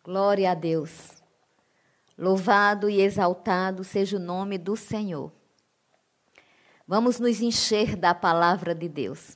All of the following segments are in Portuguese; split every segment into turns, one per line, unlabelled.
Glória a Deus. Louvado e exaltado seja o nome do Senhor. Vamos nos encher da palavra de Deus.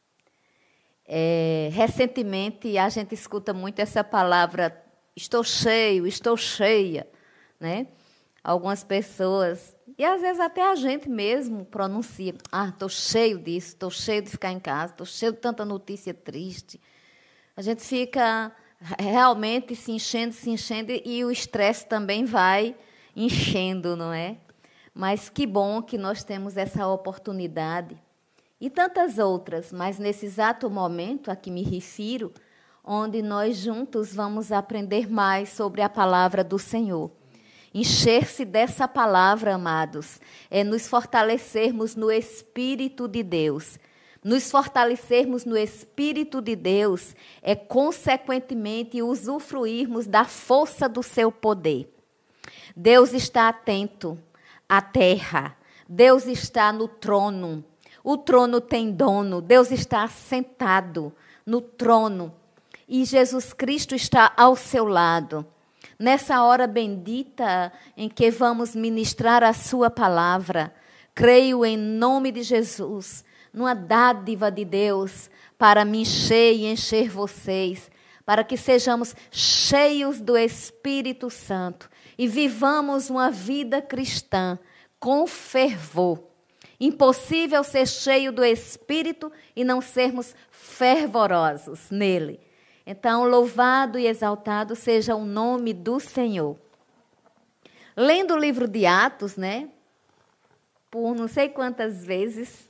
Recentemente, a gente escuta muito essa palavra, estou cheio, estou cheia, né? Algumas pessoas, e às vezes até a gente mesmo pronuncia, estou cheio disso, estou cheio de ficar em casa, estou cheio de tanta notícia triste. A gente fica realmente se enchendo, e o estresse também vai enchendo, não é? Mas que bom que nós temos essa oportunidade. E tantas outras, mas nesse exato momento a que me refiro, onde nós juntos vamos aprender mais sobre a palavra do Senhor. Encher-se dessa palavra, amados, é nos fortalecermos no Espírito de Deus. Nos fortalecermos no Espírito de Deus é, consequentemente, usufruirmos da força do seu poder. Deus está atento à terra. Deus está no trono. O trono tem dono. Deus está sentado no trono. E Jesus Cristo está ao seu lado. Nessa hora bendita em que vamos ministrar a sua palavra, creio em nome de Jesus, numa dádiva de Deus para me encher e encher vocês, para que sejamos cheios do Espírito Santo e vivamos uma vida cristã com fervor. Impossível ser cheio do Espírito e não sermos fervorosos nele. Então, louvado e exaltado seja o nome do Senhor. Lendo o livro de Atos, né? Por não sei quantas vezes,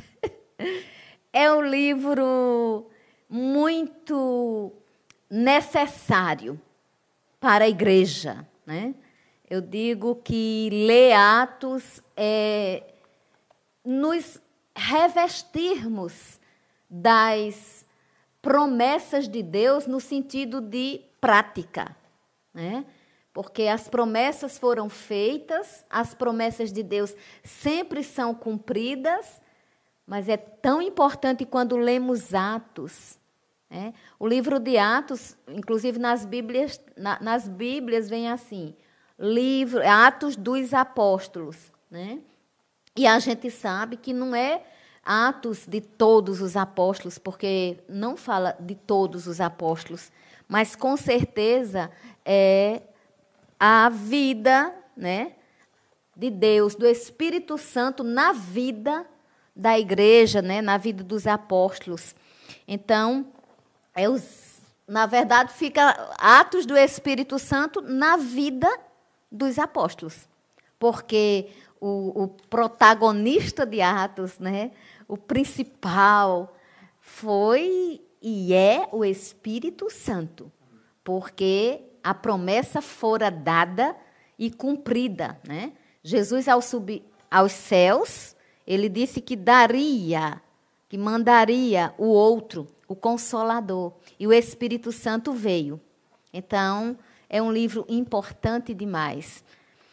é um livro muito necessário para a igreja, né? Eu digo que ler Atos é nos revestirmos das promessas de Deus no sentido de prática, né? Porque as promessas foram feitas, as promessas de Deus sempre são cumpridas, mas é tão importante quando lemos Atos, né? O livro de Atos, inclusive nas Bíblias vem assim, Atos dos Apóstolos, né? E a gente sabe que não é Atos de todos os apóstolos, porque não fala de todos os apóstolos, mas com certeza é a vida, né, de Deus, do Espírito Santo na vida da igreja, né, na vida dos apóstolos. Então, na verdade, fica Atos do Espírito Santo na vida dos apóstolos, porque o protagonista de Atos, né, o principal foi e é o Espírito Santo, porque a promessa fora dada e cumprida, né? Jesus, ao subir aos céus, ele disse que que mandaria o outro, o Consolador, e o Espírito Santo veio. Então, é um livro importante demais.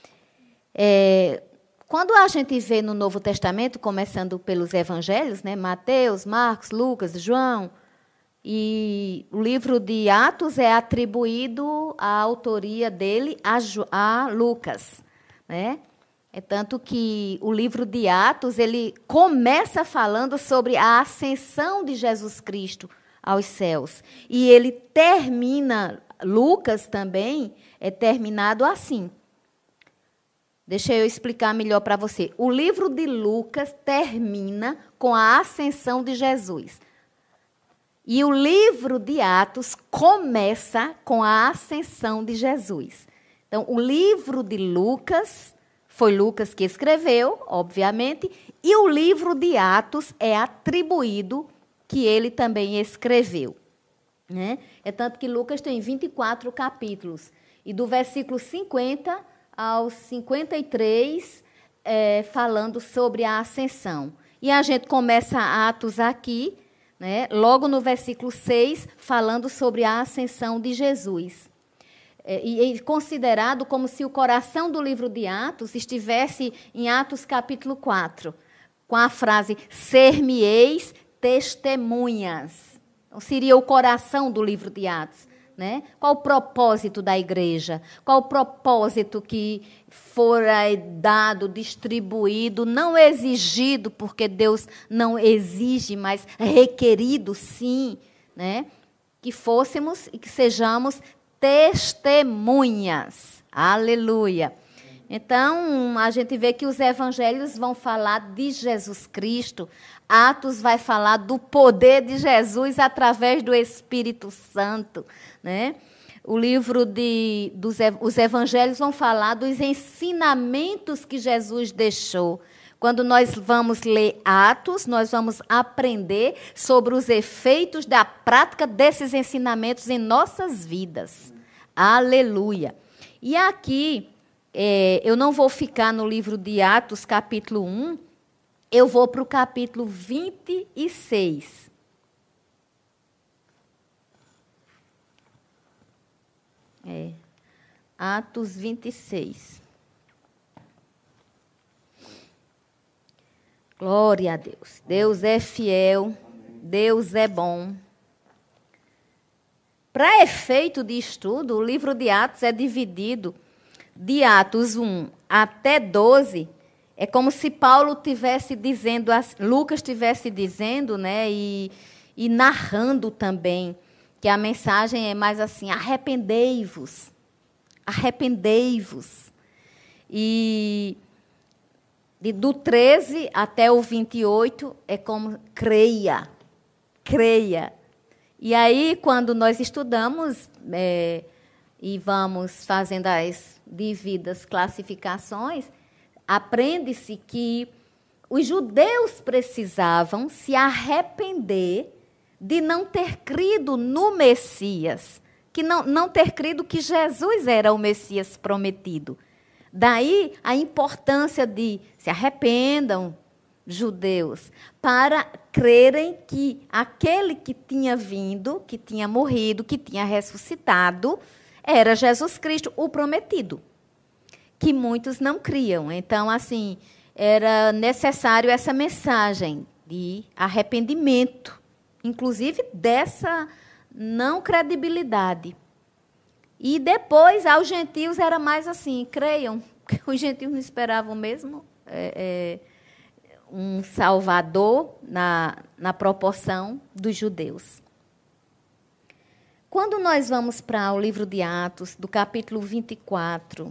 Quando a gente vê no Novo Testamento, começando pelos evangelhos, né, Mateus, Marcos, Lucas, João, e o livro de Atos é atribuído a autoria dele a Lucas, né? É tanto que o livro de Atos, ele começa falando sobre a ascensão de Jesus Cristo aos céus. E ele termina, Lucas também, é terminado assim. Deixa eu explicar melhor para você. O livro de Lucas termina com a ascensão de Jesus. E o livro de Atos começa com a ascensão de Jesus. Então, o livro de Lucas, foi Lucas que escreveu, obviamente, e o livro de Atos é atribuído que ele também escreveu, né? É tanto que Lucas tem 24 capítulos. E do versículo 50 aos 53, falando sobre a ascensão. E a gente começa Atos aqui, né, logo no versículo 6, falando sobre a ascensão de Jesus. E considerado como se o coração do livro de Atos estivesse em Atos capítulo 4, com a frase, ser-me-eis testemunhas. Então, seria o coração do livro de Atos. né? Qual o propósito da igreja? Qual o propósito que fora dado, distribuído, não exigido, porque Deus não exige, mas requerido, sim, né? Que fôssemos e que sejamos testemunhas. Aleluia. Então, a gente vê que os evangelhos vão falar de Jesus Cristo, Atos vai falar do poder de Jesus através do Espírito Santo, né? O livro os evangelhos vão falar dos ensinamentos que Jesus deixou. Quando nós vamos ler Atos, nós vamos aprender sobre os efeitos da prática desses ensinamentos em nossas vidas. Aleluia. E aqui, eu não vou ficar no livro de Atos, capítulo 1, eu vou para o capítulo 26. Atos 26. Glória a Deus. Deus é fiel, Deus é bom. Para efeito de estudo, o livro de Atos é dividido de Atos 1 até 12. É como se Paulo tivesse dizendo, Lucas estivesse dizendo, né, e narrando também, que a mensagem é mais assim: arrependei-vos, arrependei-vos. E do 13 até o 28 é como creia, creia. E aí, quando nós estudamos e vamos fazendo as devidas classificações, aprende-se que os judeus precisavam se arrepender de não ter crido no Messias, que não ter crido que Jesus era o Messias prometido. Daí a importância de se arrependam, judeus, para crerem que aquele que tinha vindo, que tinha morrido, que tinha ressuscitado, era Jesus Cristo, o prometido, que muitos não criam. Então, assim, era necessário essa mensagem de arrependimento, inclusive dessa não credibilidade. E depois, aos gentios, era mais assim: creiam, porque os gentios não esperavam mesmo um salvador na proporção dos judeus. Quando nós vamos para o livro de Atos, do capítulo 24,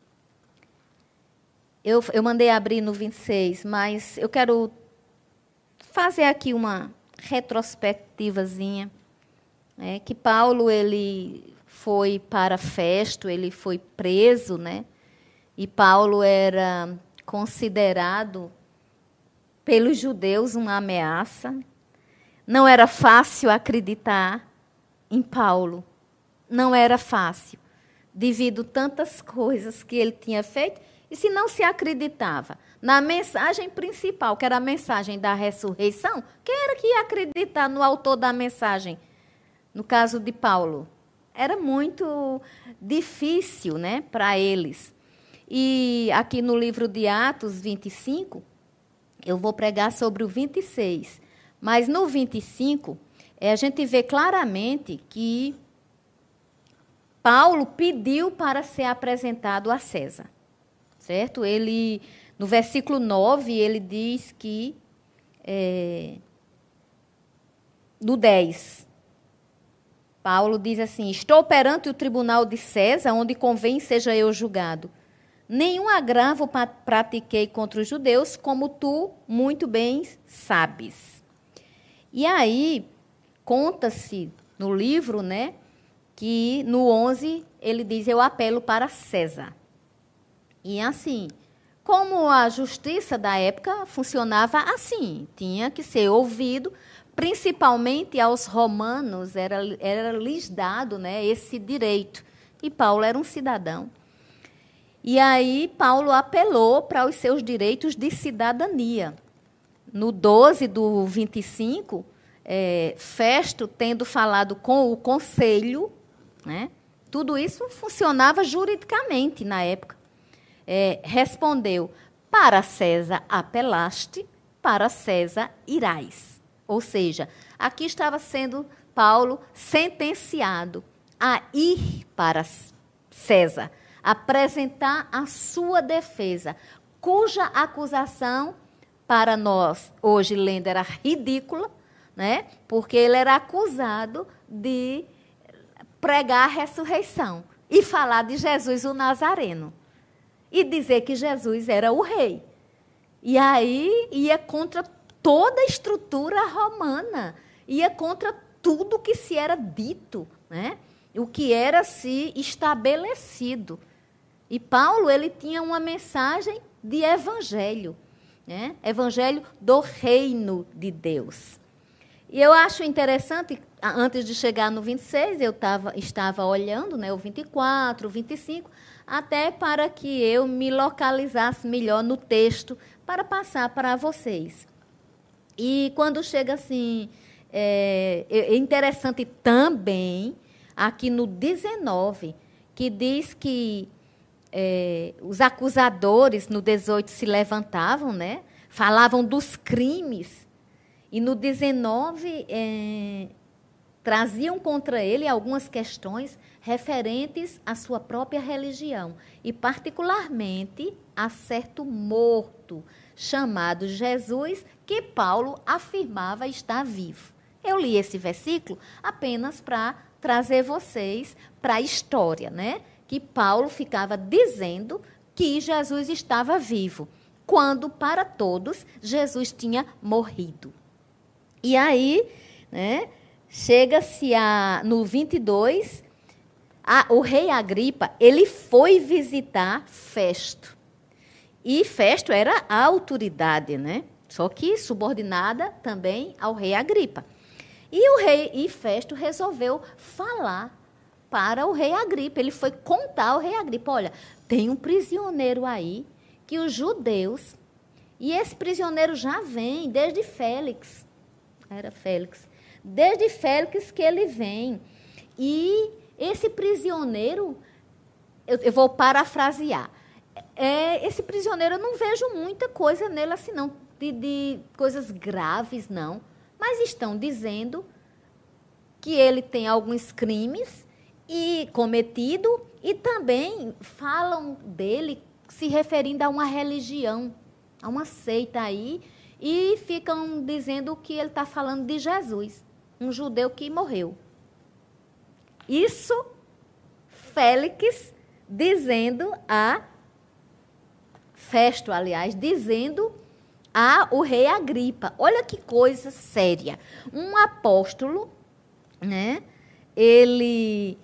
eu mandei abrir no 26, mas eu quero fazer aqui uma retrospectivazinha, que Paulo, ele foi para Festo, ele foi preso, né? E Paulo era considerado pelos judeus uma ameaça. Não era fácil acreditar em Paulo. Não era fácil, devido a tantas coisas que ele tinha feito. E se não se acreditava na mensagem principal, que era a mensagem da ressurreição, quem era que ia acreditar no autor da mensagem? No caso de Paulo, era muito difícil, né, para eles. E aqui no livro de Atos 25, eu vou pregar sobre o 26. Mas no 25, a gente vê claramente que Paulo pediu para ser apresentado a César. Certo? Ele, no versículo 9, ele diz que, no 10, Paulo diz assim: estou perante o tribunal de César, onde convém seja eu julgado. Nenhum agravo pratiquei contra os judeus, como tu muito bem sabes. E aí, conta-se no livro, né, que no 11, ele diz: eu apelo para César. E assim, como a justiça da época funcionava assim, tinha que ser ouvido, principalmente aos romanos, era lhes dado, né, esse direito. E Paulo era um cidadão. E aí Paulo apelou para os seus direitos de cidadania. No 12 do 25, Festo, tendo falado com o conselho, né, tudo isso funcionava juridicamente na época. Respondeu: para César apelaste, para César irás. Ou seja, aqui estava sendo Paulo sentenciado a ir para César, apresentar a sua defesa, cuja acusação, para nós, hoje lendo, era ridícula, né? Porque ele era acusado de pregar a ressurreição e falar de Jesus o Nazareno e dizer que Jesus era o rei. E aí ia contra toda a estrutura romana, ia contra tudo que se era dito, né? O que era se estabelecido. E Paulo, ele tinha uma mensagem de evangelho, né? Evangelho do reino de Deus. E eu acho interessante, antes de chegar no 26, eu estava olhando, né, o 24, o 25, até para que eu me localizasse melhor no texto para passar para vocês. E quando chega assim, é interessante também, aqui no 19, que diz que os acusadores, no 18, se levantavam, né, falavam dos crimes, e no 19, traziam contra ele algumas questões referentes à sua própria religião, e particularmente a certo morto, chamado Jesus, que Paulo afirmava estar vivo. Eu li esse versículo apenas para trazer vocês para a história, né? Que Paulo ficava dizendo que Jesus estava vivo, quando para todos Jesus tinha morrido. E aí, né, chega-se no 22, o rei Agripa, ele foi visitar Festo. E Festo era a autoridade, né? Só que subordinada também ao rei Agripa. E Festo resolveu falar para o rei Agripa. Ele foi contar ao rei Agripa, olha, tem um prisioneiro aí que os judeus, e esse prisioneiro já vem desde Félix. Era Félix. Desde Félix que ele vem. E esse prisioneiro, eu vou parafrasear, esse prisioneiro, eu não vejo muita coisa nele assim, não, de coisas graves, não. Mas estão dizendo que ele tem alguns crimes cometido e também falam dele se referindo a uma religião, a uma seita aí, e ficam dizendo que ele está falando de Jesus, um judeu que morreu. Isso, Félix dizendo Festo, aliás, dizendo o rei Agripa. Olha que coisa séria. Um apóstolo, né, ele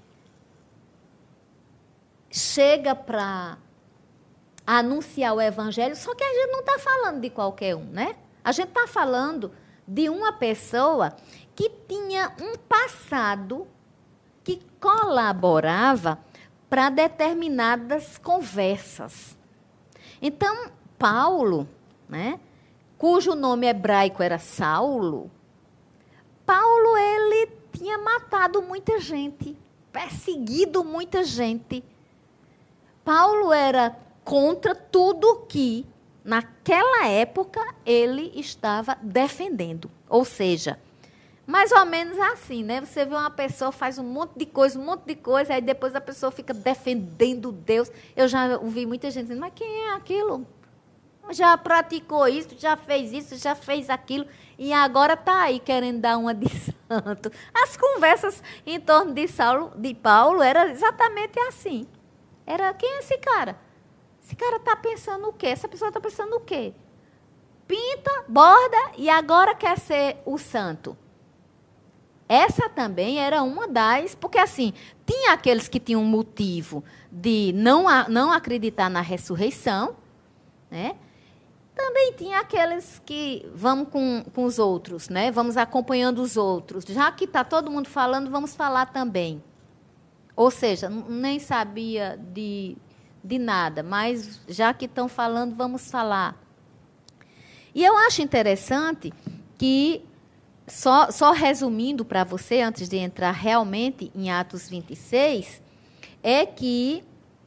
chega para anunciar o evangelho, só que a gente não está falando de qualquer um, né? A gente está falando de uma pessoa que tinha um passado que colaborava para determinadas conversas. Então, Paulo, né, cujo nome hebraico era Saulo, Paulo, ele tinha matado muita gente, perseguido muita gente. Paulo era contra tudo que, naquela época, ele estava defendendo. Ou seja, mais ou menos assim, né? Você vê uma pessoa, faz um monte de coisa, aí depois a pessoa fica defendendo Deus. Eu já ouvi muita gente dizendo, mas quem é aquilo? Já praticou isso, já fez aquilo, e agora está aí querendo dar uma de santo. As conversas em torno de Paulo eram exatamente assim. Era, quem é esse cara? Esse cara está pensando o quê? Essa pessoa está pensando o quê? Pinta, borda e agora quer ser o santo. Essa também era uma das... Porque, assim, tinha aqueles que tinham motivo de não acreditar na ressurreição, né? Também tinha aqueles que vamos com os outros, né? Vamos acompanhando os outros. Já que está todo mundo falando, vamos falar também. Ou seja, nem sabia de nada, mas já que estão falando, vamos falar. E eu acho interessante que, só resumindo para você, antes de entrar realmente em Atos 26, é que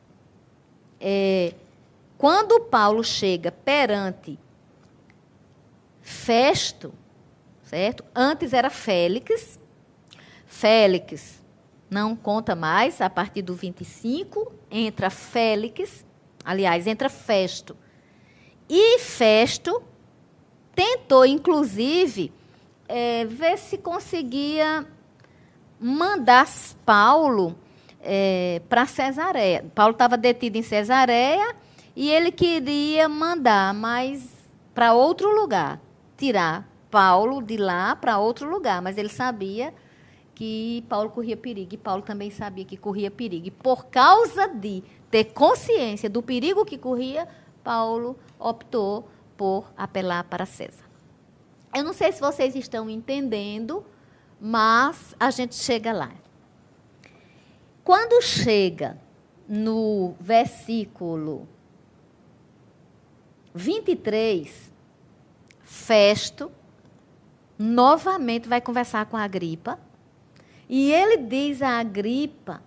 quando Paulo chega perante Festo, certo? Antes era Félix, não conta mais, a partir do 25, entra Félix, aliás, entra Festo. E Festo tentou, inclusive, ver se conseguia mandar Paulo para Cesareia. Paulo estava detido em Cesareia e ele queria mandar, mas para outro lugar, tirar Paulo de lá para outro lugar, mas ele sabia que Paulo corria perigo, e Paulo também sabia que corria perigo. E por causa de ter consciência do perigo que corria, Paulo optou por apelar para César. Eu não sei se vocês estão entendendo, mas a gente chega lá. Quando chega no versículo 23, Festo novamente vai conversar com Agripa, e ele diz a Agripa: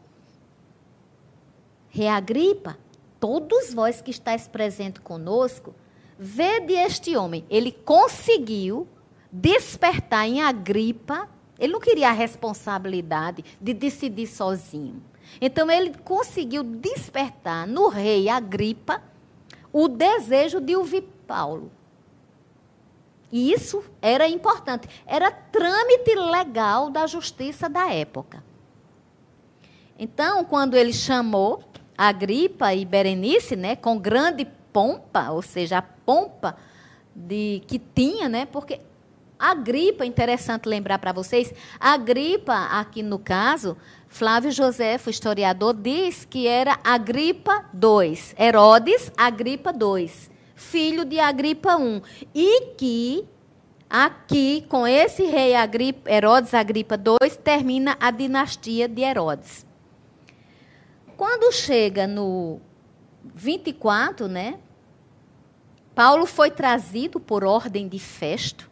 Rei Agripa, todos vós que estáis presentes conosco, vede este homem. Ele conseguiu despertar em Agripa. Ele não queria a responsabilidade de decidir sozinho. Então, ele conseguiu despertar no rei Agripa o desejo de ouvir Paulo. E isso era importante. Era trâmite legal da justiça da época. Então, quando ele chamou Agripa e Berenice, né, com grande pompa, ou seja, a pompa que tinha, né, porque Agripa, interessante lembrar para vocês, Agripa, aqui no caso, Flávio Josefo, historiador, diz que era Agripa II, Herodes Agripa II, filho de Agripa I, e que aqui, com esse rei Herodes Agripa II, termina a dinastia de Herodes. Quando chega no 24, né, Paulo foi trazido por ordem de Festo,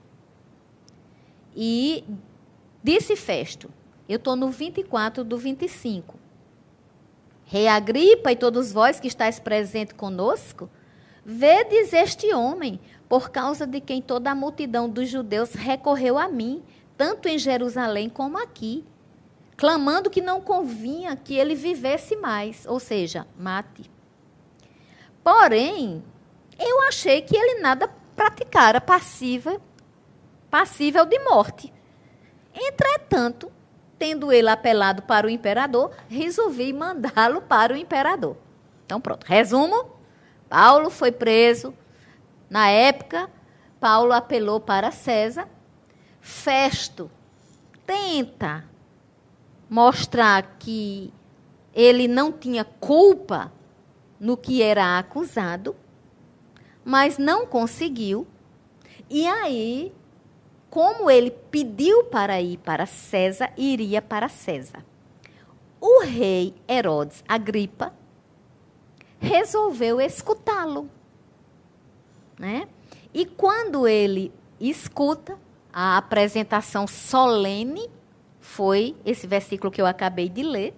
e disse Festo, eu estou no 24 do 25. Rei Agripa e todos vós que estáis presentes conosco, vedes este homem, por causa de quem toda a multidão dos judeus recorreu a mim, tanto em Jerusalém como aqui, clamando que não convinha que ele vivesse mais, ou seja, mate. Porém, eu achei que ele nada praticara passível de morte. Entretanto, tendo ele apelado para o imperador, resolvi mandá-lo para o imperador. Então, pronto. Resumo, Paulo foi preso. Na época, Paulo apelou para César. Festo tenta mostrar que ele não tinha culpa no que era acusado, mas não conseguiu. E aí, como ele pediu para ir para César, iria para César. O rei Herodes Agripa resolveu escutá-lo, né? E quando ele escuta, a apresentação solene foi esse versículo que eu acabei de ler.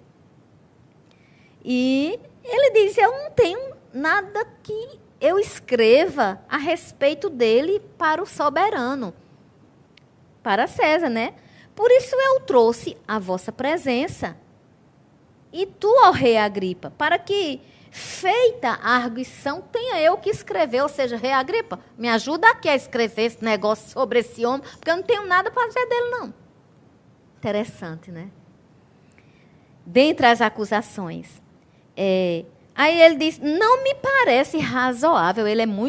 E ele diz, eu não tenho nada que eu escreva a respeito dele para o soberano, para César, né? Por isso eu trouxe a vossa presença. E tu, ó rei Agripa, para que, feita a arguição, tenha eu que escrever. Ou seja, rei Agripa, me ajuda aqui a escrever esse negócio sobre esse homem, porque eu não tenho nada para dizer dele, não. Interessante, né? Dentre as acusações. Aí ele diz, não me parece razoável,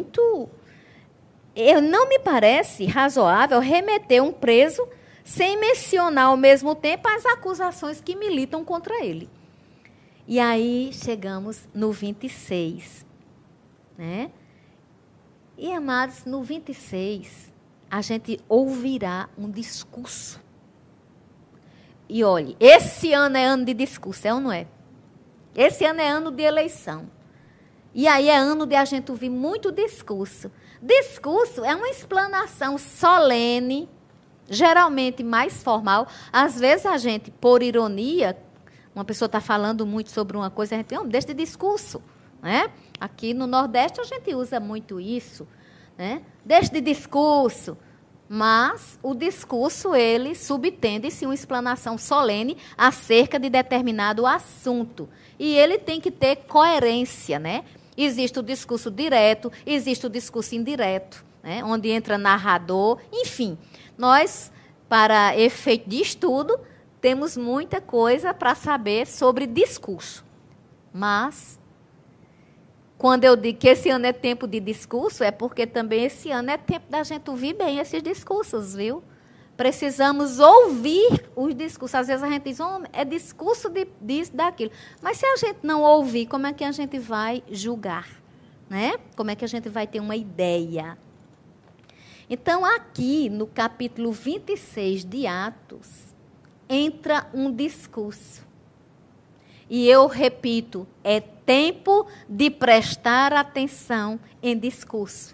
não me parece razoável remeter um preso sem mencionar ao mesmo tempo as acusações que militam contra ele. E aí chegamos no 26, né? E, amados, no 26, a gente ouvirá um discurso. E olhe, esse ano é ano de discurso, é ou não é? Esse ano é ano de eleição. E aí é ano de a gente ouvir muito discurso. Discurso é uma explanação solene, geralmente mais formal. Às vezes a gente, por ironia, uma pessoa está falando muito sobre uma coisa, a gente deixa de discurso, né? Aqui no Nordeste a gente usa muito isso, né? Deixa de discurso. Mas o discurso, ele subtende-se uma explanação solene acerca de determinado assunto. E ele tem que ter coerência, né? Existe o discurso direto, existe o discurso indireto, né? Onde entra narrador, enfim. Nós, para efeito de estudo, temos muita coisa para saber sobre discurso. Mas, quando eu digo que esse ano é tempo de discurso, é porque também esse ano é tempo da gente ouvir bem esses discursos, viu? Precisamos ouvir os discursos. Às vezes a gente diz, oh, é discurso disso, daquilo. Mas se a gente não ouvir, como é que a gente vai julgar? Né? Como é que a gente vai ter uma ideia? Então, aqui no capítulo 26 de Atos, entra um discurso. E eu repito, é tempo de prestar atenção em discurso.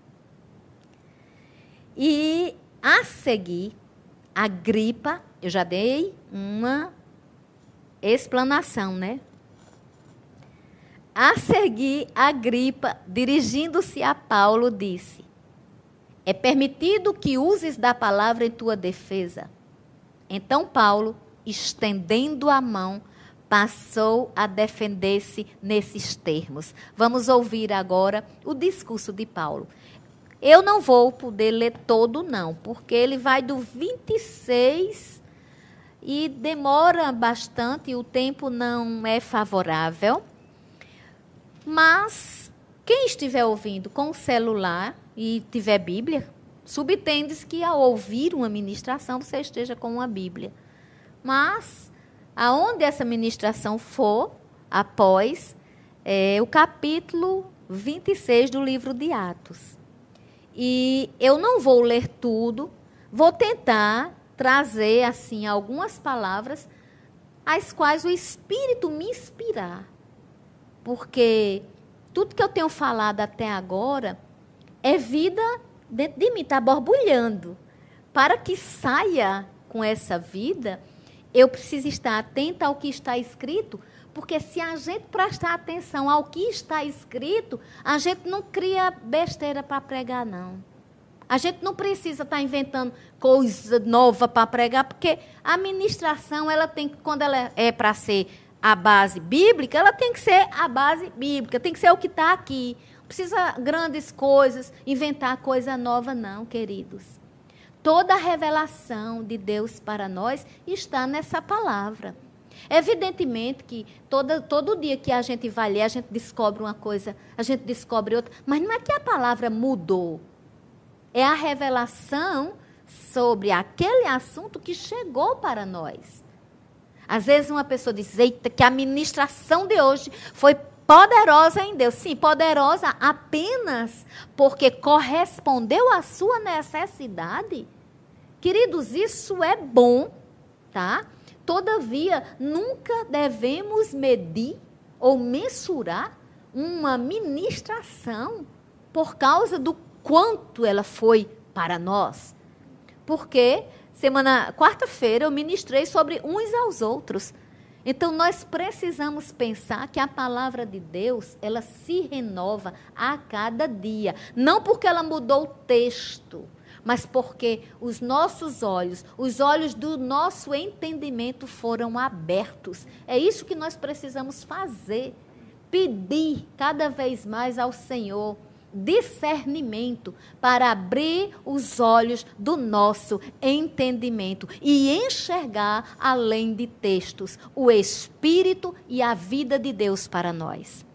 E, a seguir, Agripa, eu já dei uma explanação, né? A seguir, Agripa, dirigindo-se a Paulo, disse: é permitido que uses da palavra em tua defesa. Então Paulo, estendendo a mão, passou a defender-se nesses termos. Vamos ouvir agora o discurso de Paulo. Eu não vou poder ler todo, não, porque ele vai do 26 e demora bastante, o tempo não é favorável. Mas quem estiver ouvindo com o celular e tiver Bíblia, subtende-se que ao ouvir uma ministração você esteja com uma Bíblia. Mas aonde essa ministração for, após o capítulo 26 do livro de Atos. E eu não vou ler tudo, vou tentar trazer assim algumas palavras as quais o Espírito me inspirar. Porque tudo que eu tenho falado até agora é vida dentro de mim, está borbulhando. Para que saia com essa vida, eu preciso estar atenta ao que está escrito, porque se a gente prestar atenção ao que está escrito, a gente não cria besteira para pregar, não. A gente não precisa estar inventando coisa nova para pregar, porque a ministração, ela tem, quando ela é para ser a base bíblica, ela tem que ser a base bíblica, tem que ser o que está aqui. Não precisa grandes coisas, inventar coisa nova, não, queridos. Toda a revelação de Deus para nós está nessa palavra. Evidentemente que todo dia que a gente vai ler, a gente descobre uma coisa, a gente descobre outra, mas não é que a palavra mudou. É a revelação sobre aquele assunto que chegou para nós. Às vezes uma pessoa diz, eita, que a ministração de hoje foi poderosa em Deus. Sim, poderosa apenas porque correspondeu à sua necessidade. Queridos, isso é bom, tá? Todavia, nunca devemos medir ou mensurar uma ministração por causa do quanto ela foi para nós. Porque quarta-feira eu ministrei sobre uns aos outros. Então, nós precisamos pensar que a palavra de Deus, ela se renova a cada dia. Não porque ela mudou o texto, mas porque os nossos olhos, os olhos do nosso entendimento foram abertos. É isso que nós precisamos fazer. Pedir cada vez mais ao Senhor discernimento para abrir os olhos do nosso entendimento e enxergar além de textos o Espírito e a vida de Deus para nós.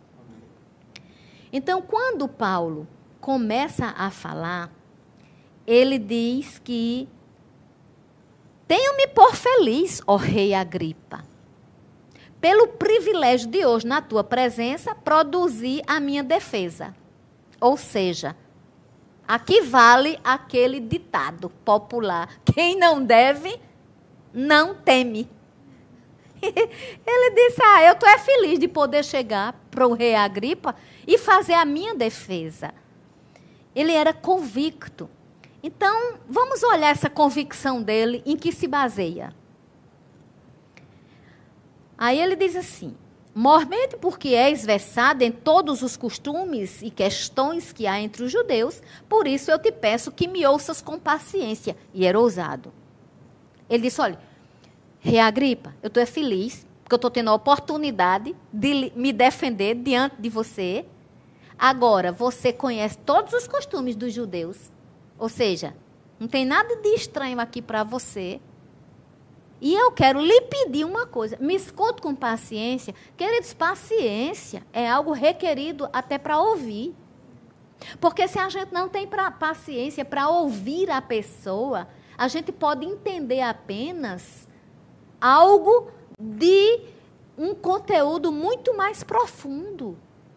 Então, quando Paulo começa a falar, ele diz que tenho-me por feliz, ó rei Agripa, pelo privilégio de hoje, na tua presença, produzir a minha defesa. Ou seja, aqui vale aquele ditado popular: quem não deve, não teme. Ele disse, eu estou feliz de poder chegar para o rei Agripa e fazer a minha defesa. Ele era convicto. Então, vamos olhar essa convicção dele, em que se baseia. Aí ele diz assim, mormente porque és versado em todos os costumes e questões que há entre os judeus, por isso eu te peço que me ouças com paciência. E era ousado. Ele disse, olha, Rei Agripa, eu estou feliz, porque eu estou tendo a oportunidade de me defender diante de você. Agora, você conhece todos os costumes dos judeus, ou seja, não tem nada de estranho aqui para você. E eu quero lhe pedir uma coisa, me escute com paciência. Queridos, paciência é algo requerido até para ouvir. Porque se a gente não tem paciência para ouvir a pessoa, a gente pode entender apenas algo de um conteúdo muito mais profundo.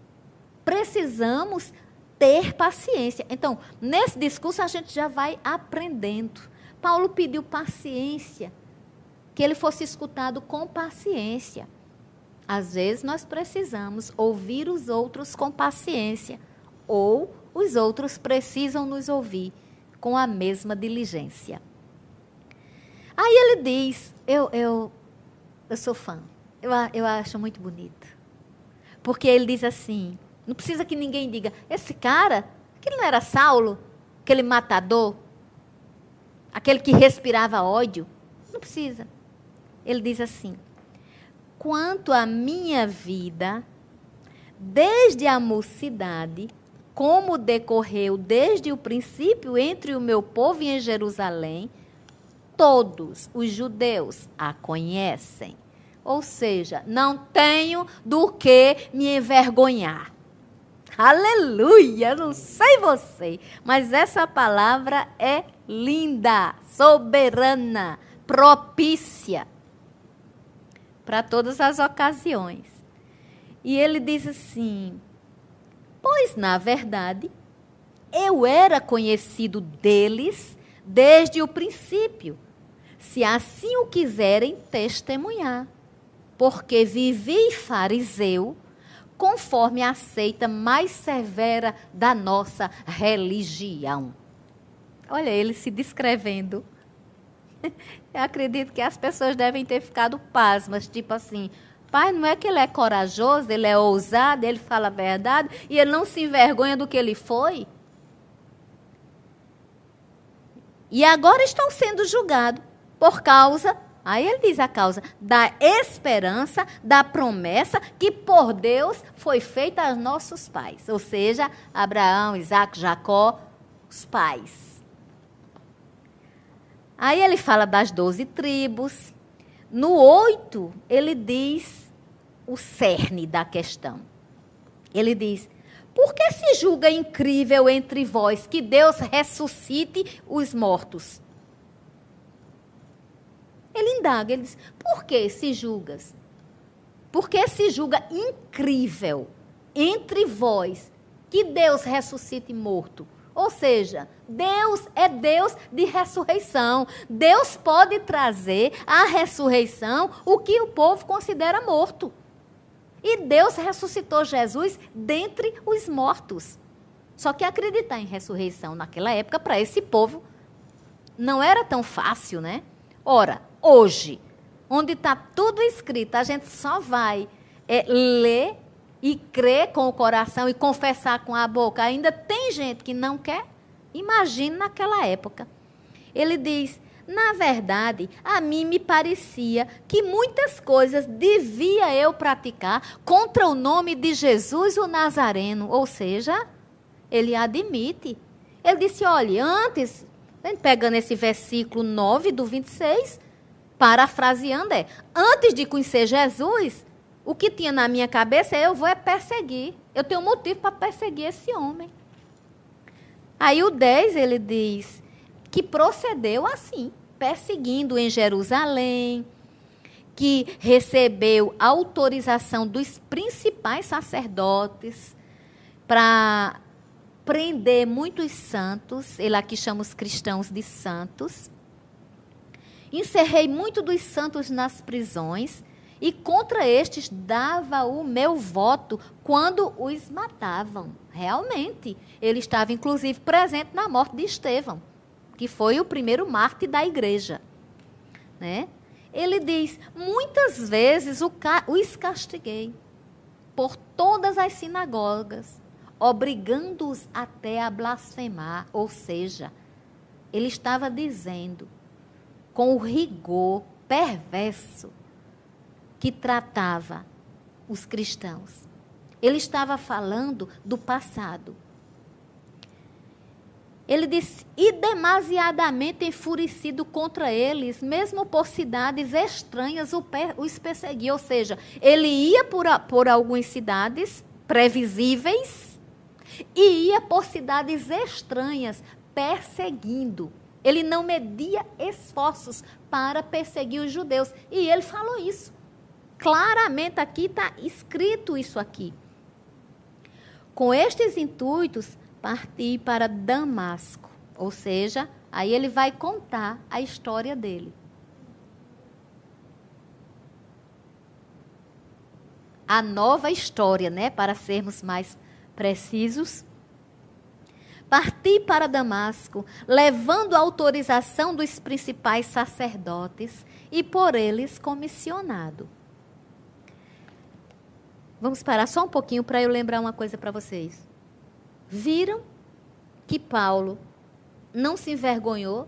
Precisamos ter paciência. Então, nesse discurso a gente já vai aprendendo. Paulo pediu paciência, que ele fosse escutado com paciência. Às vezes nós precisamos ouvir os outros com paciência, ou os outros precisam nos ouvir com a mesma diligência. Aí ele diz, eu sou fã, eu acho muito bonito. Porque ele diz assim, não precisa que ninguém diga, esse cara, aquele não era Saulo, aquele matador, aquele que respirava ódio? Não precisa. Ele diz assim, quanto à minha vida, desde a mocidade, como decorreu desde o princípio entre o meu povo e em Jerusalém, todos os judeus a conhecem. Ou seja, não tenho do que me envergonhar. Aleluia! Não sei você, mas essa palavra é linda, soberana, propícia para todas as ocasiões. E ele diz assim, pois, na verdade, eu era conhecido deles desde o princípio, se assim o quiserem testemunhar, porque vivi fariseu, conforme a seita mais severa da nossa religião. Olha ele se descrevendo. Eu acredito que as pessoas devem ter ficado pasmas, tipo assim, pai, não é que ele é corajoso, ele é ousado, ele fala a verdade, e ele não se envergonha do que ele foi? E agora estão sendo julgados por causa, aí ele diz a causa, da esperança, da promessa que por Deus foi feita aos nossos pais. Ou seja, Abraão, Isaque, Jacó, os pais. Aí ele fala das 12 tribos. No 8, ele diz o cerne da questão. Ele diz, por que se julga incrível entre vós que Deus ressuscite os mortos? Ele indaga, ele diz, por que se julgas? Por que se julga incrível entre vós que Deus ressuscite morto? Ou seja, Deus é Deus de ressurreição. Deus pode trazer à ressurreição o que o povo considera morto. E Deus ressuscitou Jesus dentre os mortos. Só que acreditar em ressurreição naquela época, para esse povo, não era tão fácil, né? Ora, hoje, onde está tudo escrito, a gente só vai ler e crer com o coração e confessar com a boca. Ainda tem gente que não quer. Imagine naquela época. Ele diz, na verdade, a mim me parecia que muitas coisas devia eu praticar contra o nome de Jesus o Nazareno. Ou seja, ele admite. Ele disse, olha, antes, pegando esse versículo 9 do 26, parafraseando antes de conhecer Jesus, o que tinha na minha cabeça é, eu vou perseguir. Eu tenho motivo para perseguir esse homem. Aí o 10, ele diz que procedeu assim, perseguindo em Jerusalém, que recebeu autorização dos principais sacerdotes para prender muitos santos, ele aqui chama os cristãos de santos. Encerrei muito dos santos nas prisões, e contra estes dava o meu voto quando os matavam. Realmente, ele estava inclusive presente na morte de Estevão, que foi o primeiro mártir da igreja, né? Ele diz, muitas vezes os castiguei por todas as sinagogas, obrigando-os até a blasfemar. Ou seja, ele estava dizendo, com o rigor perverso que tratava os cristãos. Ele estava falando do passado. Ele disse, e demasiadamente enfurecido contra eles, mesmo por cidades estranhas os perseguia. Ou seja, ele ia por algumas cidades previsíveis e ia por cidades estranhas perseguindo. Ele não media esforços para perseguir os judeus. E ele falou isso. Claramente aqui está escrito isso aqui. Com estes intuitos, parti para Damasco. Ou seja, aí ele vai contar a história dele. A nova história, né? Para sermos mais precisos. Parti para Damasco, levando a autorização dos principais sacerdotes e por eles comissionado. Vamos parar só um pouquinho para eu lembrar uma coisa para vocês. Viram que Paulo não se envergonhou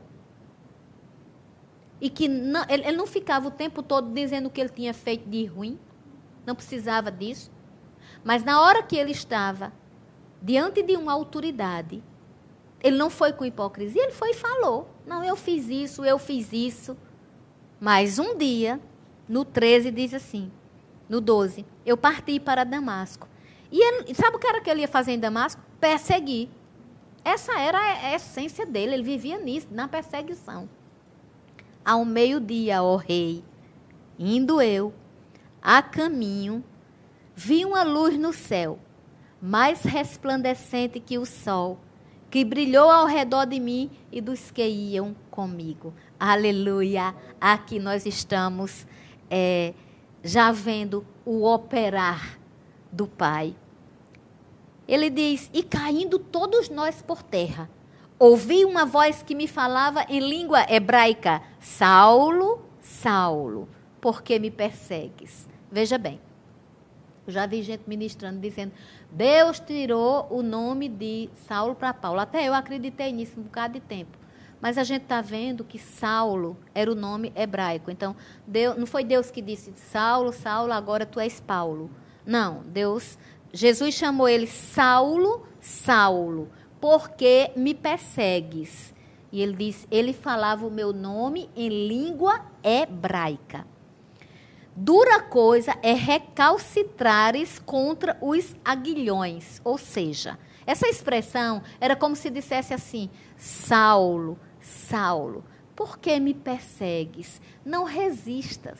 e que ele não ficava o tempo todo dizendo o que ele tinha feito de ruim, não precisava disso. Mas na hora que ele estava diante de uma autoridade, ele não foi com hipocrisia, ele foi e falou. Não, eu fiz isso. Mas um dia, no 13, diz assim, no 12, eu parti para Damasco. E ele, sabe o que era que ele ia fazer em Damasco? Perseguir. Essa era a essência dele, ele vivia nisso, na perseguição. Ao meio-dia, ó rei, indo eu a caminho, vi uma luz no céu, mais resplandecente que o sol, que brilhou ao redor de mim e dos que iam comigo. Aleluia! Aqui nós estamos já vendo o operar do Pai. Ele diz, e caindo todos nós por terra, ouvi uma voz que me falava em língua hebraica, Saulo, Saulo, por que me persegues? Veja bem, eu já vi gente ministrando, dizendo, Deus tirou o nome de Saulo para Paulo. Até eu acreditei nisso um bocado de tempo. Mas a gente está vendo que Saulo era o nome hebraico. Então, não foi Deus que disse, Saulo, Saulo, agora tu és Paulo. Não, Jesus chamou ele Saulo, Saulo, porque me persegues. E ele falava o meu nome em língua hebraica. Dura coisa é recalcitrares contra os aguilhões. Ou seja, essa expressão era como se dissesse assim, Saulo, Saulo, por que me persegues? Não resistas.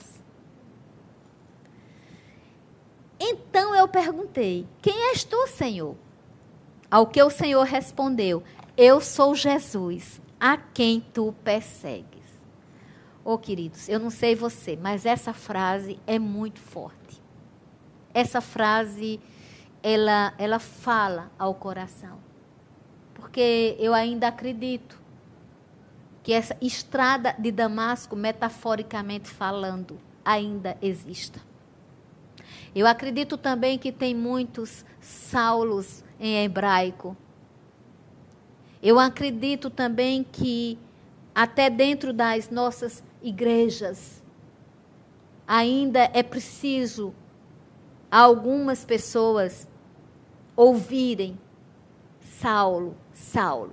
Então eu perguntei, quem és tu, Senhor? Ao que o Senhor respondeu, eu sou Jesus, a quem tu persegues. Oh, queridos, eu não sei você, mas essa frase é muito forte. Essa frase, ela fala ao coração. Porque eu ainda acredito que essa estrada de Damasco, metaforicamente falando, ainda exista. Eu acredito também que tem muitos Saulos em hebraico. Eu acredito também que até dentro das nossas igrejas ainda é preciso algumas pessoas ouvirem Saulo, Saulo.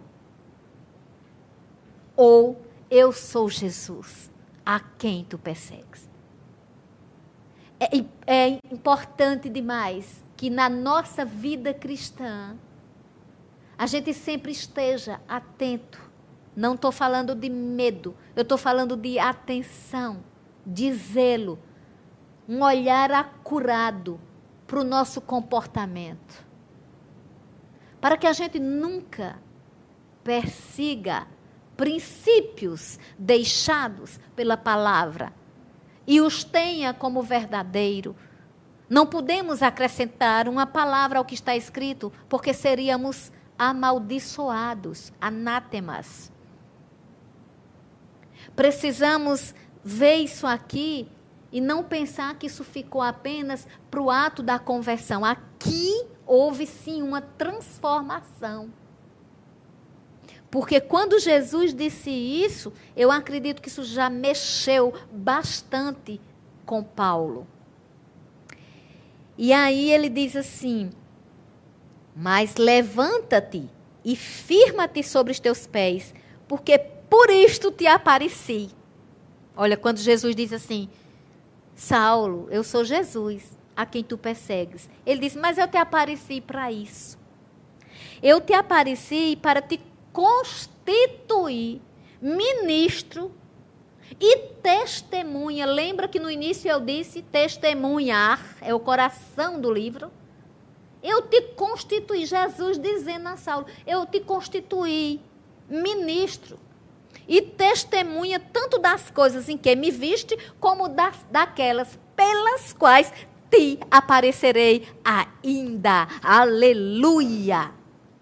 Ou eu sou Jesus, a quem tu persegues. É importante demais que na nossa vida cristã a gente sempre esteja atento. Não estou falando de medo, eu estou falando de atenção, de zelo, um olhar acurado para o nosso comportamento. Para que a gente nunca persiga princípios deixados pela palavra e os tenha como verdadeiro. Não podemos acrescentar uma palavra ao que está escrito, porque seríamos amaldiçoados, anátemas. Precisamos ver isso aqui e não pensar que isso ficou apenas para o ato da conversão. Aqui houve sim uma transformação. Porque quando Jesus disse isso, eu acredito que isso já mexeu bastante com Paulo. E aí ele diz assim: mas levanta-te e firma-te sobre os teus pés, porque por isto te apareci. Olha, quando Jesus diz assim: Saulo, eu sou Jesus, a quem tu persegues. Ele diz: mas eu te apareci para isso. Eu te apareci para te constituir ministro e testemunha. Lembra que no início eu disse testemunhar, é o coração do livro? Eu te constituí, Jesus dizendo a Saulo, eu te constituí ministro e testemunha tanto das coisas em que me viste, como daquelas pelas quais te aparecerei ainda. Aleluia!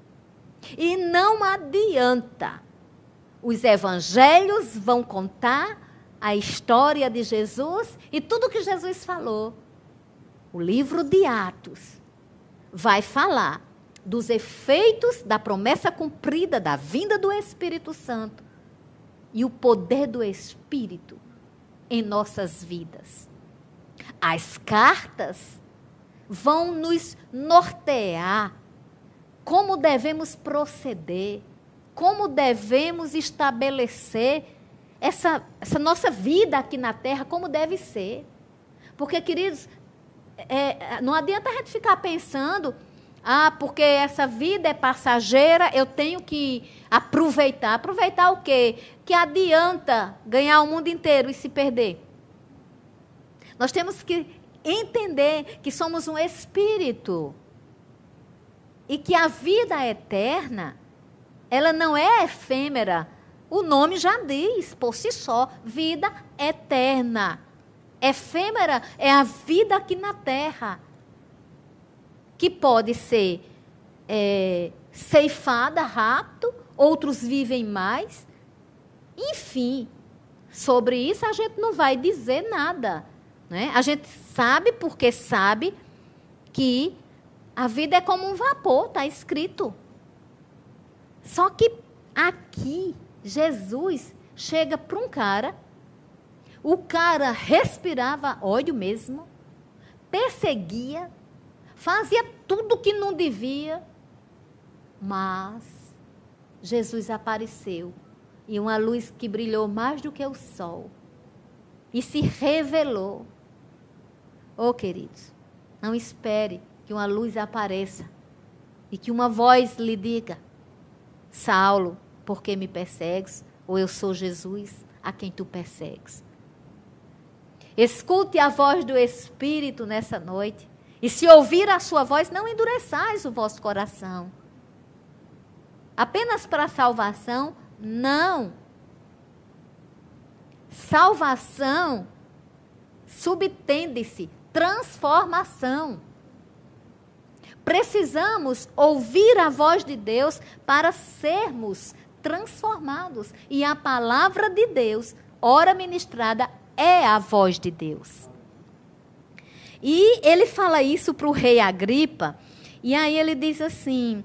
E não adianta. Os evangelhos vão contar a história de Jesus e tudo que Jesus falou. O livro de Atos vai falar dos efeitos da promessa cumprida, da vinda do Espírito Santo e o poder do Espírito em nossas vidas. As cartas vão nos nortear como devemos proceder, como devemos estabelecer essa nossa vida aqui na terra, como deve ser. Porque, queridos, não adianta a gente ficar pensando, porque essa vida é passageira, eu tenho que aproveitar. Aproveitar o quê? Que adianta ganhar o mundo inteiro e se perder? Nós temos que entender que somos um espírito. E que a vida eterna, ela não é efêmera. O nome já diz, por si só, vida eterna. Efêmera é a vida aqui na terra, que pode ser ceifada rápido, outros vivem mais. Enfim, sobre isso a gente não vai dizer nada, né? A gente sabe porque sabe que a vida é como um vapor, está escrito. Só que aqui, Jesus chega para um cara, o cara respirava ódio mesmo, perseguia, fazia tudo que não devia, mas Jesus apareceu, e uma luz que brilhou mais do que o sol, e se revelou. Oh, queridos, não espere que uma luz apareça e que uma voz lhe diga: Saulo, por que me persegues? Ou eu sou Jesus, a quem tu persegues. Escute a voz do Espírito nessa noite. E se ouvir a sua voz, não endureçais o vosso coração. Apenas para a salvação? Não. Salvação subtende-se transformação. Precisamos ouvir a voz de Deus para sermos transformados. E a palavra de Deus, ora ministrada, é a voz de Deus. E ele fala isso para o rei Agripa, e aí ele diz assim,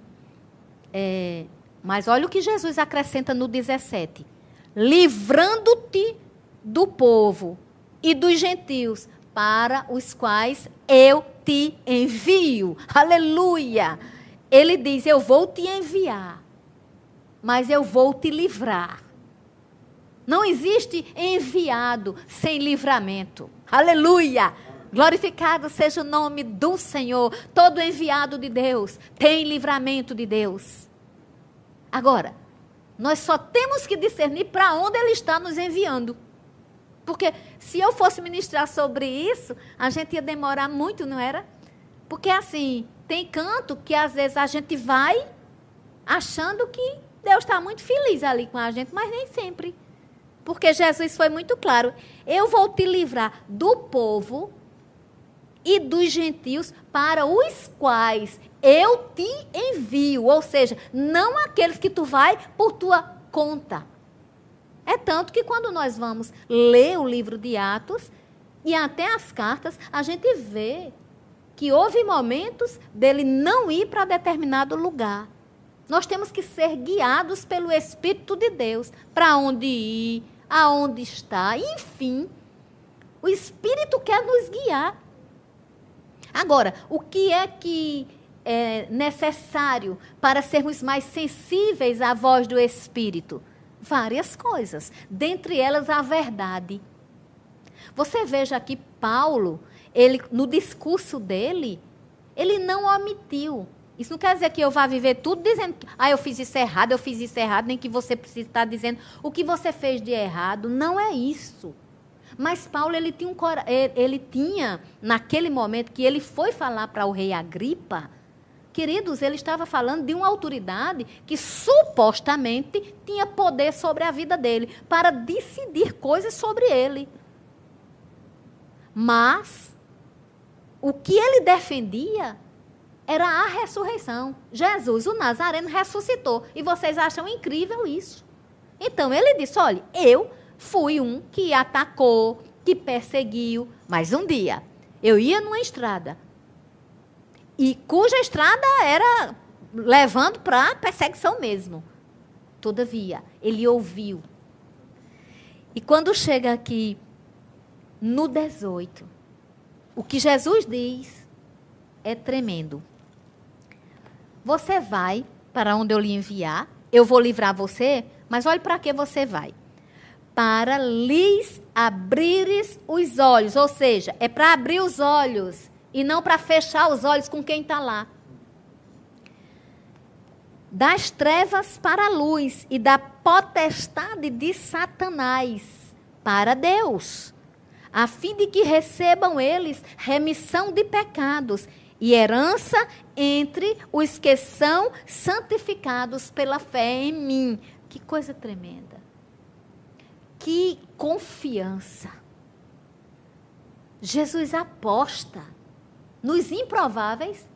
mas olha o que Jesus acrescenta no 17. Livrando-te do povo e dos gentios, para os quais eu te envio. Aleluia! Ele diz, eu vou te enviar, mas eu vou te livrar. Não existe enviado sem livramento. Aleluia! Glorificado seja o nome do Senhor. Todo enviado de Deus tem livramento de Deus. Agora, nós só temos que discernir para onde Ele está nos enviando. Porque se eu fosse ministrar sobre isso, a gente ia demorar muito, não era? Porque assim, tem canto que às vezes a gente vai achando que Deus está muito feliz ali com a gente, mas nem sempre. Porque Jesus foi muito claro. Eu vou te livrar do povo e dos gentios para os quais eu te envio. Ou seja, não aqueles que tu vai por tua conta. É tanto que quando nós vamos ler o livro de Atos e até as cartas, a gente vê que houve momentos dele não ir para determinado lugar. Nós temos que ser guiados pelo Espírito de Deus. Para onde ir, aonde estar, enfim. O Espírito quer nos guiar. Agora, o que é necessário para sermos mais sensíveis à voz do Espírito? Várias coisas. Dentre elas, a verdade. Você veja aqui Paulo, no discurso dele, ele não omitiu. Isso não quer dizer que eu vá viver tudo dizendo que eu fiz isso errado, nem que você precise estar dizendo o que você fez de errado. Não é isso. Mas Paulo, ele tinha, naquele momento que ele foi falar para o rei Agripa, queridos, ele estava falando de uma autoridade que supostamente tinha poder sobre a vida dele, para decidir coisas sobre ele. Mas o que ele defendia era a ressurreição. Jesus, o Nazareno, ressuscitou. E vocês acham incrível isso. Então, ele disse, olha, eu fui um que atacou, que perseguiu. Mas um dia, eu ia numa estrada, e cuja estrada era levando para a perseguição mesmo. Todavia, ele ouviu. E quando chega aqui, no 18, o que Jesus diz é tremendo. Você vai para onde eu lhe enviar, eu vou livrar você, mas olhe para que você vai. Para lhes abrires os olhos, ou seja, é para abrir os olhos e não para fechar os olhos com quem está lá. Das trevas para a luz e da potestade de Satanás para Deus, a fim de que recebam eles remissão de pecados e herança entre os que são santificados pela fé em mim. Que coisa tremenda. Que confiança. Jesus aposta nos improváveis.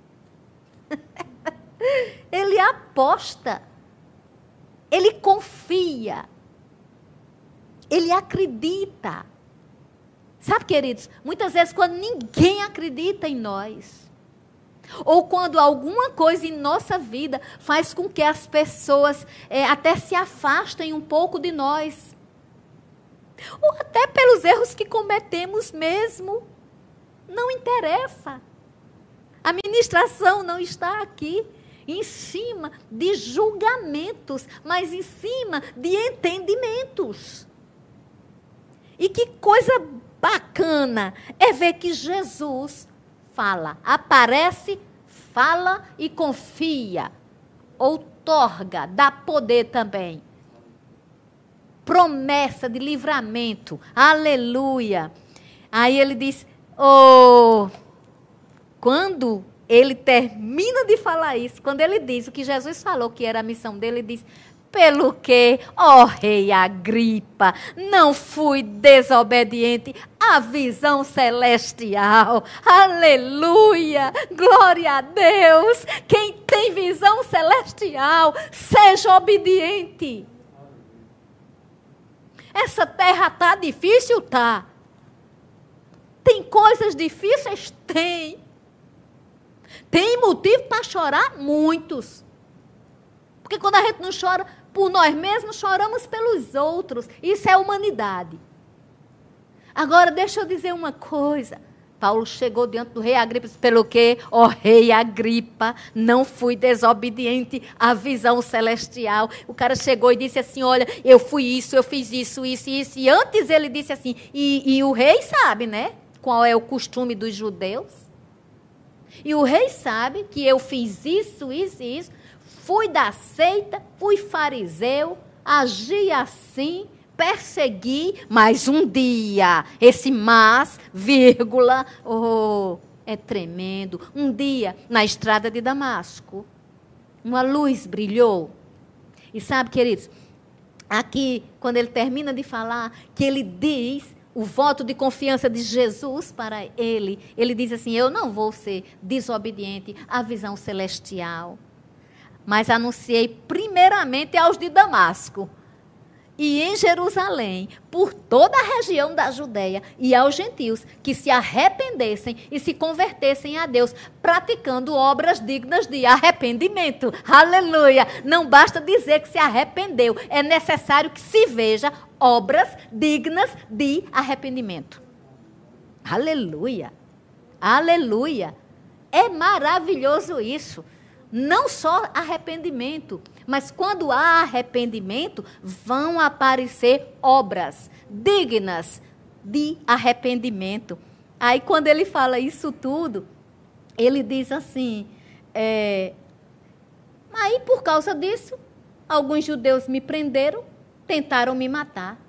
Ele aposta. Ele confia. Ele acredita. Sabe, queridos, muitas vezes quando ninguém acredita em nós, ou quando alguma coisa em nossa vida faz com que as pessoas até se afastem um pouco de nós, ou até pelos erros que cometemos mesmo, não interessa. A ministração não está aqui em cima de julgamentos, mas em cima de entendimentos. E que coisa bacana é ver que Jesus fala, aparece, fala e confia, outorga, dá poder também. Promessa de livramento, aleluia. Aí ele diz, quando ele termina de falar isso, quando ele diz o que Jesus falou que era a missão dele, ele diz, pelo que, ó rei Agripa, não fui desobediente à visão celestial. Aleluia, glória a Deus. Quem tem visão celestial, seja obediente. Essa terra está difícil? Tá. Tem coisas difíceis? Tem. Tem motivo para chorar? Muitos. Porque quando a gente não chora por nós mesmos, choramos pelos outros. Isso é humanidade. Agora, deixa eu dizer uma coisa. Paulo chegou diante do rei Agripa e disse, pelo que, ó rei Agripa, não fui desobediente à visão celestial. O cara chegou e disse assim, olha, eu fui isso, eu fiz isso. E antes ele disse assim, e o rei sabe, né? Qual é o costume dos judeus? E o rei sabe que eu fiz isso. Fui da seita, fui fariseu, agi assim, persegui, mas um dia, esse mas, vírgula, é tremendo. Um dia, na estrada de Damasco, uma luz brilhou. E sabe, queridos, aqui, quando ele termina de falar, que ele diz o voto de confiança de Jesus para ele, ele diz assim, eu não vou ser desobediente à visão celestial, mas anunciei primeiramente aos de Damasco. e em Jerusalém, por toda a região da Judéia e aos gentios que se arrependessem e se convertessem a Deus, praticando obras dignas de arrependimento. Aleluia! Não basta dizer que se arrependeu, é necessário que se veja obras dignas de arrependimento. Aleluia! Aleluia! É maravilhoso isso. Não só arrependimento, mas quando há arrependimento, vão aparecer obras dignas de arrependimento. Aí, quando ele fala isso tudo, ele diz assim, aí, por causa disso, alguns judeus me prenderam, tentaram me matar.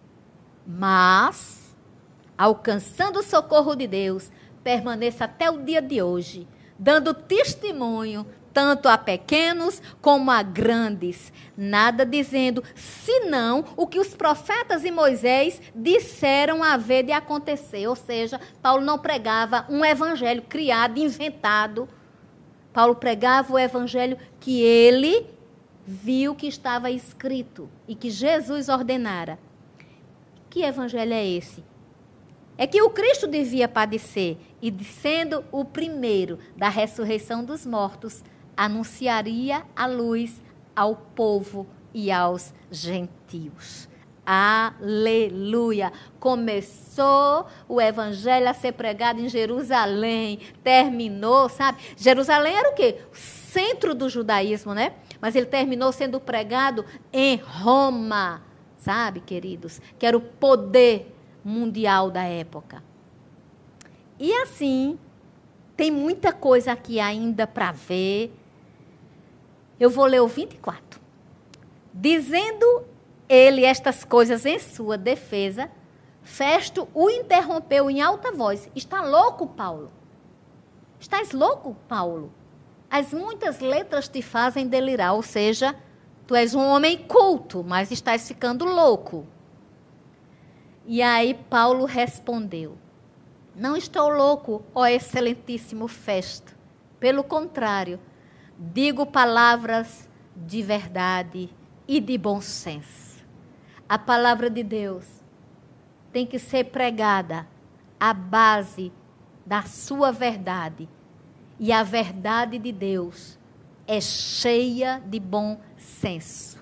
Mas, alcançando o socorro de Deus, permaneça até o dia de hoje, dando testemunho tanto a pequenos como a grandes, nada dizendo, senão o que os profetas e Moisés disseram haver de acontecer. Ou seja, Paulo não pregava um evangelho criado, inventado. Paulo pregava o evangelho que ele viu que estava escrito e que Jesus ordenara. Que evangelho é esse? É que o Cristo devia padecer e, sendo o primeiro da ressurreição dos mortos, anunciaria a luz ao povo e aos gentios. Aleluia! Começou o evangelho a ser pregado em Jerusalém, terminou, sabe? Jerusalém era o quê? O centro do judaísmo, né? Mas ele terminou sendo pregado em Roma, sabe, queridos? Que era o poder mundial da época. E assim, tem muita coisa aqui ainda para ver. Eu vou ler o 24. Dizendo ele estas coisas em sua defesa, Festo o interrompeu em alta voz. Está louco, Paulo? Estás louco, Paulo? As muitas letras te fazem delirar, ou seja, tu és um homem culto, mas estás ficando louco. E aí Paulo respondeu, não estou louco, ó excelentíssimo Festo. Pelo contrário, digo palavras de verdade e de bom senso. A palavra de Deus tem que ser pregada à base da sua verdade. E a verdade de Deus é cheia de bom senso.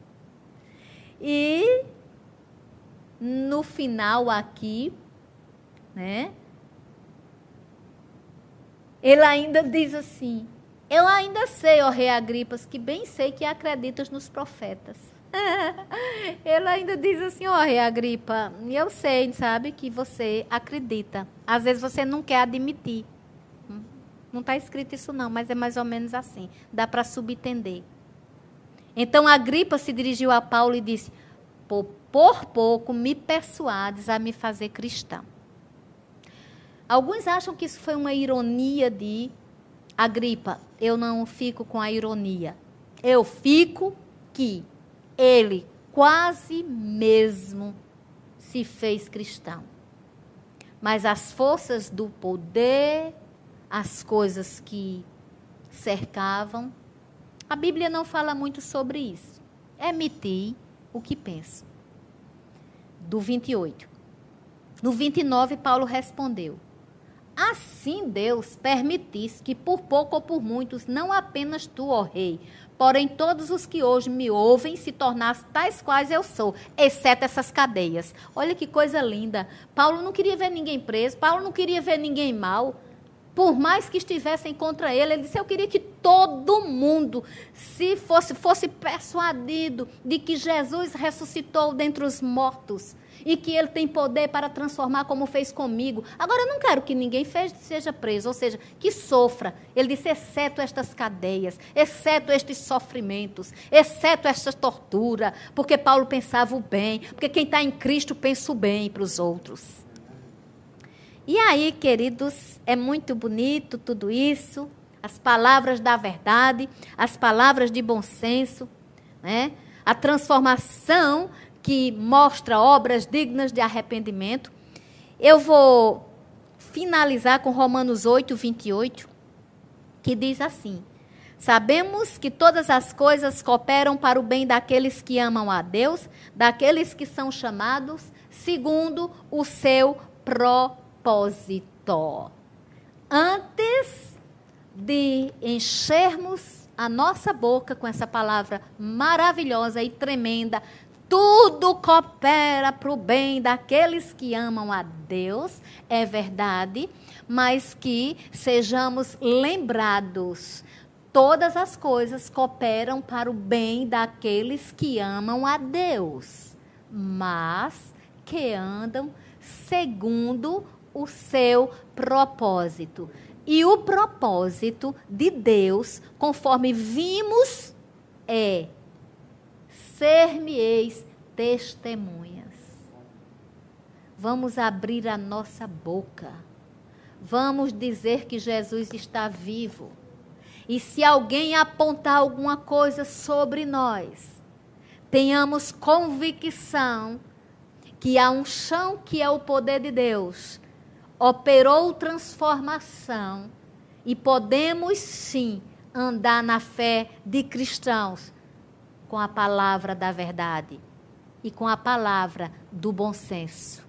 E no final aqui, né? Ele ainda diz assim, eu ainda sei, ó rei Agripas, que bem sei que acreditas nos profetas. Ele ainda diz assim, ó rei Agripa, eu sei, sabe, que você acredita. Às vezes você não quer admitir. Não está escrito isso não, mas é mais ou menos assim. Dá para subentender. Então Agripa se dirigiu a Paulo e disse, por pouco me persuades a me fazer cristão. Alguns acham que isso foi uma ironia de Agripa. Eu não fico com a ironia. Eu fico que ele quase mesmo se fez cristão. Mas as forças do poder, as coisas que cercavam, a Bíblia não fala muito sobre isso. Emitir o que penso. Do 28. No 29, Paulo respondeu, assim Deus permitisse que por pouco ou por muitos, não apenas tu, ó rei, porém todos os que hoje me ouvem se tornassem tais quais eu sou, exceto essas cadeias. Olha que coisa linda. Paulo não queria ver ninguém preso, Paulo não queria ver ninguém mal. Por mais que estivessem contra ele, ele disse, eu queria que todo mundo se fosse persuadido de que Jesus ressuscitou dentre os mortos e que ele tem poder para transformar como fez comigo. Agora, eu não quero que ninguém seja preso, ou seja, que sofra. Ele disse, exceto estas cadeias, exceto estes sofrimentos, exceto esta tortura, porque Paulo pensava o bem, porque quem está em Cristo pensa o bem para os outros. E aí, queridos, é muito bonito tudo isso, as palavras da verdade, as palavras de bom senso, né? A transformação que mostra obras dignas de arrependimento. Eu vou finalizar com Romanos 8, 28, que diz assim, Sabemos que todas as coisas cooperam para o bem daqueles que amam a Deus, daqueles que são chamados segundo o seu propósito. Antes de enchermos a nossa boca com essa palavra maravilhosa e tremenda, tudo coopera para o bem daqueles que amam a Deus, é verdade, mas que sejamos lembrados. Todas as coisas cooperam para o bem daqueles que amam a Deus, mas que andam segundo o seu propósito. E o propósito de Deus, conforme vimos, é ser-me-eis testemunhas. Vamos abrir a nossa boca. Vamos dizer que Jesus está vivo. E se alguém apontar alguma coisa sobre nós, tenhamos convicção que a unção, que é o poder de Deus, operou transformação e podemos sim andar na fé de cristãos com a palavra da verdade e com a palavra do bom senso.